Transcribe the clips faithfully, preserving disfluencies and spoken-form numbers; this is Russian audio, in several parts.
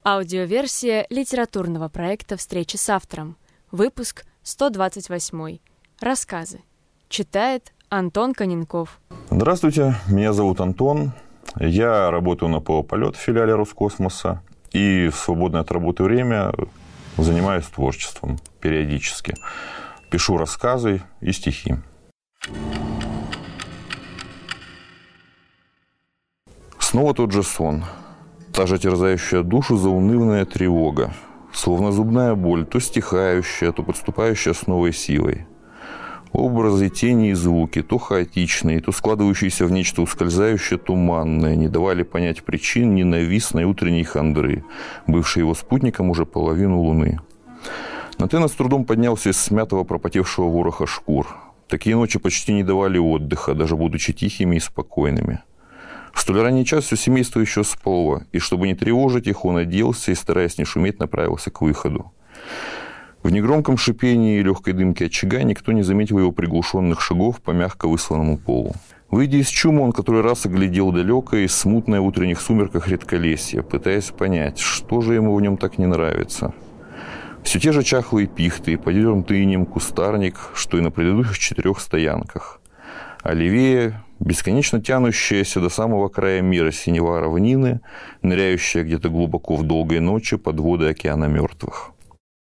Аудиоверсия литературного проекта «Встречи с автором». Выпуск сто двадцать восемь. Рассказы. Читает Антон Коненков. Здравствуйте, меня зовут Антон. Я работаю на ПО «Полет» в филиале Роскосмоса. И в свободное от работы время занимаюсь творчеством периодически. Пишу рассказы и стихи. Снова тот же сон. Та же терзающая душу заунывная тревога. Словно зубная боль, то стихающая, то подступающая с новой силой. Образы, тени и звуки, то хаотичные, то складывающиеся в нечто ускользающее, туманное, не давали понять причин ненавистной утренней хандры, бывшей его спутником уже половину луны. Натена с трудом поднялся из смятого пропотевшего вороха шкур. Такие ночи почти не давали отдыха, даже будучи тихими и спокойными. В столь ранний час все семейство еще спало, и чтобы не тревожить их, он оделся и, стараясь не шуметь, направился к выходу. В негромком шипении и легкой дымке очага никто не заметил его приглушенных шагов по мягко высланному полу. Выйдя из чума, он который раз оглядел далекое и смутное в утренних сумерках редколесье, пытаясь понять, что же ему в нем так не нравится. Все те же чахлые пихты и подернутый инеем кустарник, что и на предыдущих четырех стоянках. А левее бесконечно тянущаяся до самого края мира синева равнины, ныряющая где-то глубоко в долгой ночи под воды океана мертвых.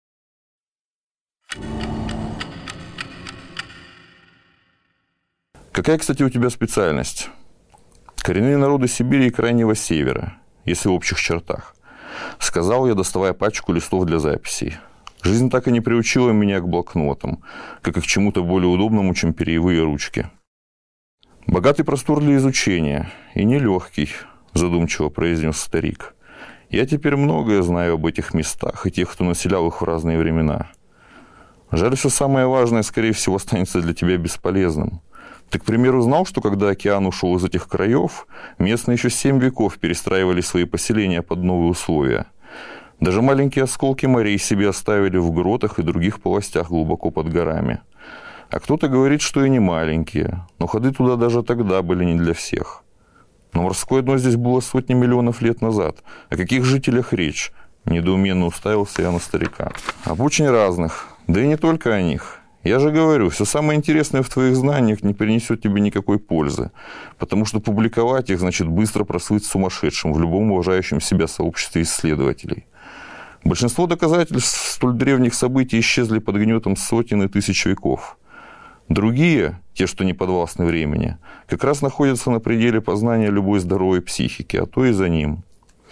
Какая, кстати, у тебя специальность? Коренные народы Сибири и Крайнего Севера, если в общих чертах. Сказал я, доставая пачку листов для записей. Жизнь так и не приучила меня к блокнотам, как и к чему-то более удобному, чем перьевые ручки. «Богатый простор для изучения, и нелегкий», – задумчиво произнес старик. «Я теперь многое знаю об этих местах и тех, кто населял их в разные времена. Жаль, все самое важное, скорее всего, останется для тебя бесполезным. Ты, к примеру, знал, что когда океан ушел из этих краев, местные еще семь веков перестраивали свои поселения под новые условия. Даже маленькие осколки морей себе оставили в гротах и других полостях глубоко под горами. А кто-то говорит, что и не маленькие, но ходы туда даже тогда были не для всех. Но морское дно здесь было сотни миллионов лет назад. О каких жителях речь?» Недоуменно уставился я на старика. «Об очень разных, да и не только о них. Я же говорю, все самое интересное в твоих знаниях не принесет тебе никакой пользы, потому что публиковать их значит быстро прослыть сумасшедшим в любом уважающем себя сообществе исследователей. Большинство доказательств столь древних событий исчезли под гнетом сотен и тысяч веков. Другие, те, что не подвластны времени, как раз находятся на пределе познания любой здоровой психики, а то и за ним.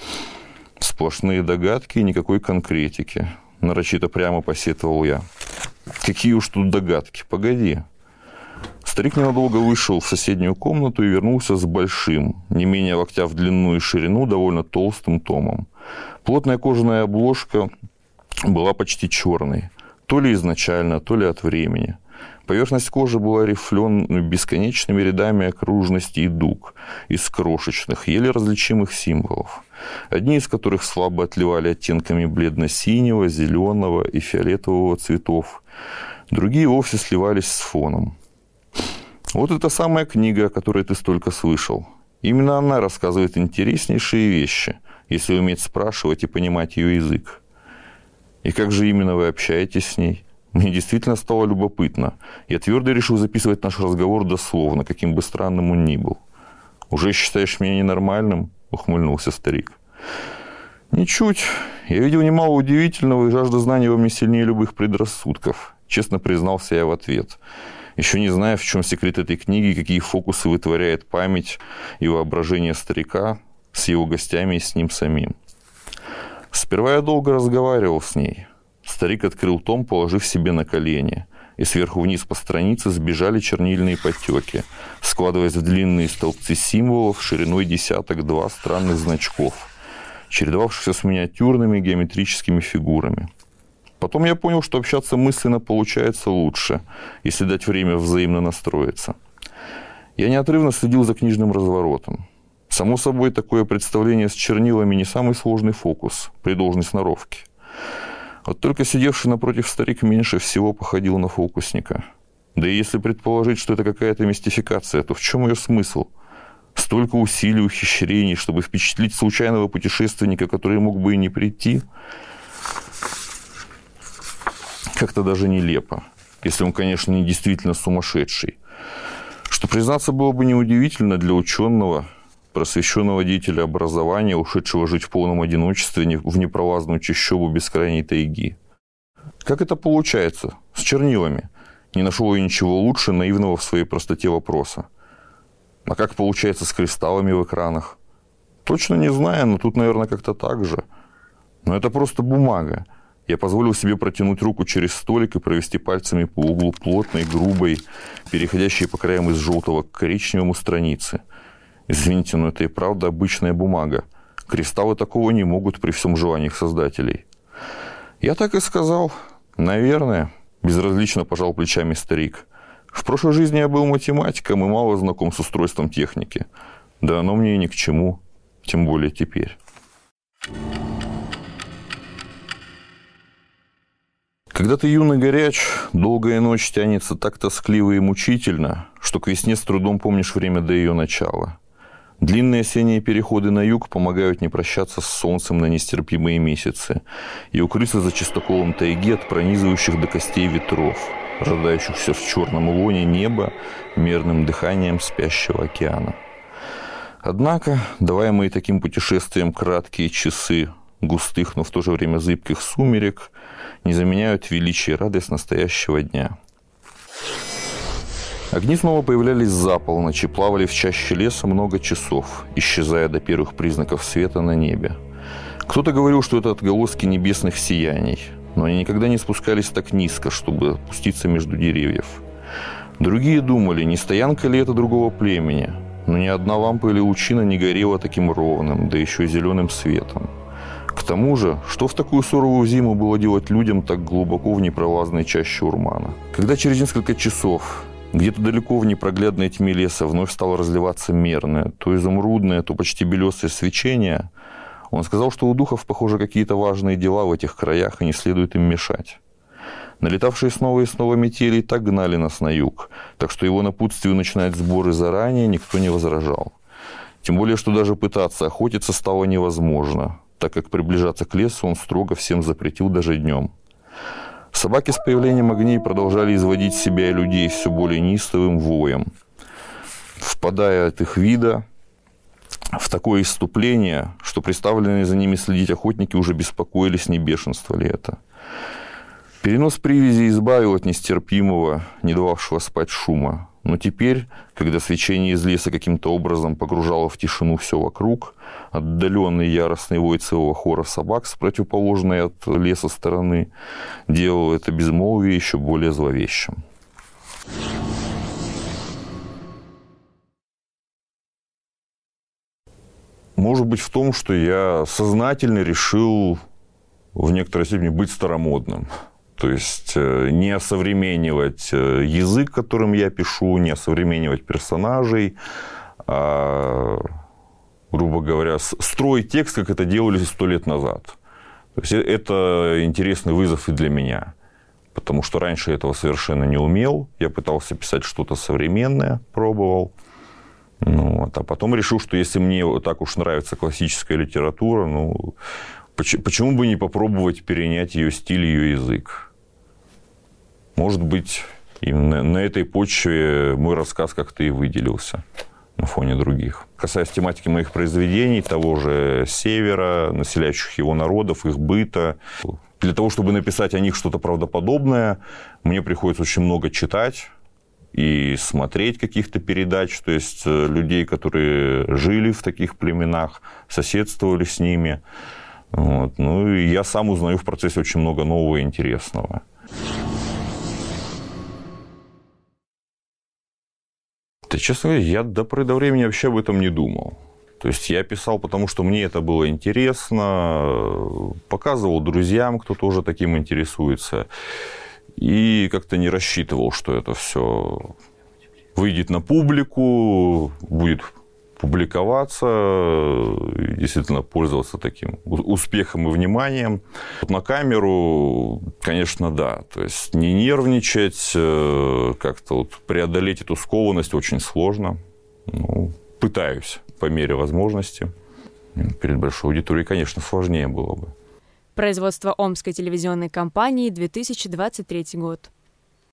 Сплошные догадки и никакой конкретики», – нарочито прямо посетовал я. «Какие уж тут догадки, погоди». Старик ненадолго вышел в соседнюю комнату и вернулся с большим, не менее локтя в длину и ширину, довольно толстым томом. Плотная кожаная обложка была почти черной, то ли изначально, то ли от времени. Поверхность кожи была рифлёна бесконечными рядами окружностей и дуг из крошечных, еле различимых символов, одни из которых слабо отливали оттенками бледно-синего, зеленого и фиолетового цветов, другие вовсе сливались с фоном. Вот эта самая книга, о которой ты столько слышал. Именно она рассказывает интереснейшие вещи, если уметь спрашивать и понимать ее язык. И как же именно вы общаетесь с ней? Мне действительно стало любопытно. Я твердо решил записывать наш разговор дословно, каким бы странным он ни был. «Уже считаешь меня ненормальным?» – ухмыльнулся старик. «Ничуть. Я видел немало удивительного, и жажда знаний во мне сильнее любых предрассудков», – честно признался я в ответ, еще не зная, в чем секрет этой книги, какие фокусы вытворяет память и воображение старика с его гостями и с ним самим. Сперва я долго разговаривал с ней. Старик открыл том, положив себе на колени, и сверху вниз по странице сбежали чернильные подтеки, складываясь в длинные столбцы символов шириной десяток-два странных значков, чередовавшихся с миниатюрными геометрическими фигурами. Потом я понял, что общаться мысленно получается лучше, если дать время взаимно настроиться. Я неотрывно следил за книжным разворотом. Само собой, такое представление с чернилами не самый сложный фокус при должной сноровке. Вот только сидевший напротив старик меньше всего походил на фокусника. Да и если предположить, что это какая-то мистификация, то в чем ее смысл? Столько усилий, ухищрений, чтобы впечатлить случайного путешественника, который мог бы и не прийти. Как-то даже нелепо, если он, конечно, не действительно сумасшедший. Что, признаться, было бы неудивительно для ученого, просвещенного деятеля образования, ушедшего жить в полном одиночестве в непролазную чащобу бескрайней тайги. Как это получается? С чернилами. Не нашел я ничего лучше наивного в своей простоте вопроса. А как получается с кристаллами в экранах? Точно не знаю, но тут, наверное, как-то так же. Но это просто бумага. Я позволил себе протянуть руку через столик и провести пальцами по углу плотной, грубой, переходящей по краям из желтого к коричневому страницы. Извините, но это и правда обычная бумага. Кристаллы такого не могут при всем желании их создателей. Я так и сказал. Наверное, безразлично пожал плечами старик. В прошлой жизни я был математиком и мало знаком с устройством техники. Да оно мне и ни к чему, тем более теперь. Когда ты юный горяч, долгая ночь тянется так тоскливо и мучительно, что к весне с трудом помнишь время до ее начала. Длинные осенние переходы на юг помогают не прощаться с солнцем на нестерпимые месяцы и укрыться за чистоколом тайги от пронизывающих до костей ветров, рождающихся в черном лоне неба мерным дыханием спящего океана. Однако, даваемые таким путешествием краткие часы густых, но в то же время зыбких сумерек не заменяют величие и радость настоящего дня. Огни снова появлялись за полночь и плавали в чаще леса много часов, исчезая до первых признаков света на небе. Кто-то говорил, что это отголоски небесных сияний, но они никогда не спускались так низко, чтобы опуститься между деревьев. Другие думали, не стоянка ли это другого племени, но ни одна лампа или лучина не горела таким ровным, да еще и зеленым светом. К тому же, что в такую суровую зиму было делать людям так глубоко в непролазной чаще урмана? Когда через несколько часов где-то далеко в непроглядной тьме леса вновь стало разливаться мерное, то изумрудное, то почти белесое свечение, он сказал, что у духов, похоже, какие-то важные дела в этих краях, и не следует им мешать. Налетавшие снова и снова метели и так гнали нас на юг, так что его напутствию начинать сборы заранее никто не возражал. Тем более, что даже пытаться охотиться стало невозможно, так как приближаться к лесу он строго всем запретил даже днем. Собаки с появлением огней продолжали изводить себя и людей все более неистовым воем, впадая от их вида в такое исступление, что представленные за ними следить охотники уже беспокоились, не бешенство ли это. Перенос привязи избавил от нестерпимого, не дававшего спать шума. Но теперь, когда свечение из леса каким-то образом погружало в тишину все вокруг, отдаленный яростный вой целого хора собак с противоположной от леса стороны делал это безмолвие еще более зловещим. Может быть, в том, что я сознательно решил в некоторой степени быть старомодным. То есть не осовременивать язык, которым я пишу, не осовременивать персонажей, а, грубо говоря, строить текст, как это делали сто лет назад. То есть это интересный вызов и для меня, потому что раньше я этого совершенно не умел. Я пытался писать что-то современное, пробовал. Ну, вот, а потом решил, что если мне так уж нравится классическая литература, ну, почему бы не попробовать перенять ее стиль, ее язык? Может быть, именно на этой почве мой рассказ как-то и выделился на фоне других. Касаясь тематики моих произведений, того же Севера, населяющих его народов, их быта, для того, чтобы написать о них что-то правдоподобное, мне приходится очень много читать и смотреть каких-то передач, то есть людей, которые жили в таких племенах, соседствовали с ними. Вот. Ну, и я сам узнаю в процессе очень много нового и интересного. Да, честно говоря, я до поры до времени вообще об этом не думал. То есть я писал, потому что мне это было интересно, показывал друзьям, кто тоже таким интересуется, и как-то не рассчитывал, что это все выйдет на публику, будет публиковаться, действительно пользоваться таким успехом и вниманием. Вот на камеру, конечно, да. То есть не нервничать, как-то вот преодолеть эту скованность очень сложно. Ну, пытаюсь по мере возможности. Перед большой аудиторией, конечно, сложнее было бы. Производство Омской телевизионной компании, две тысячи двадцать третий год.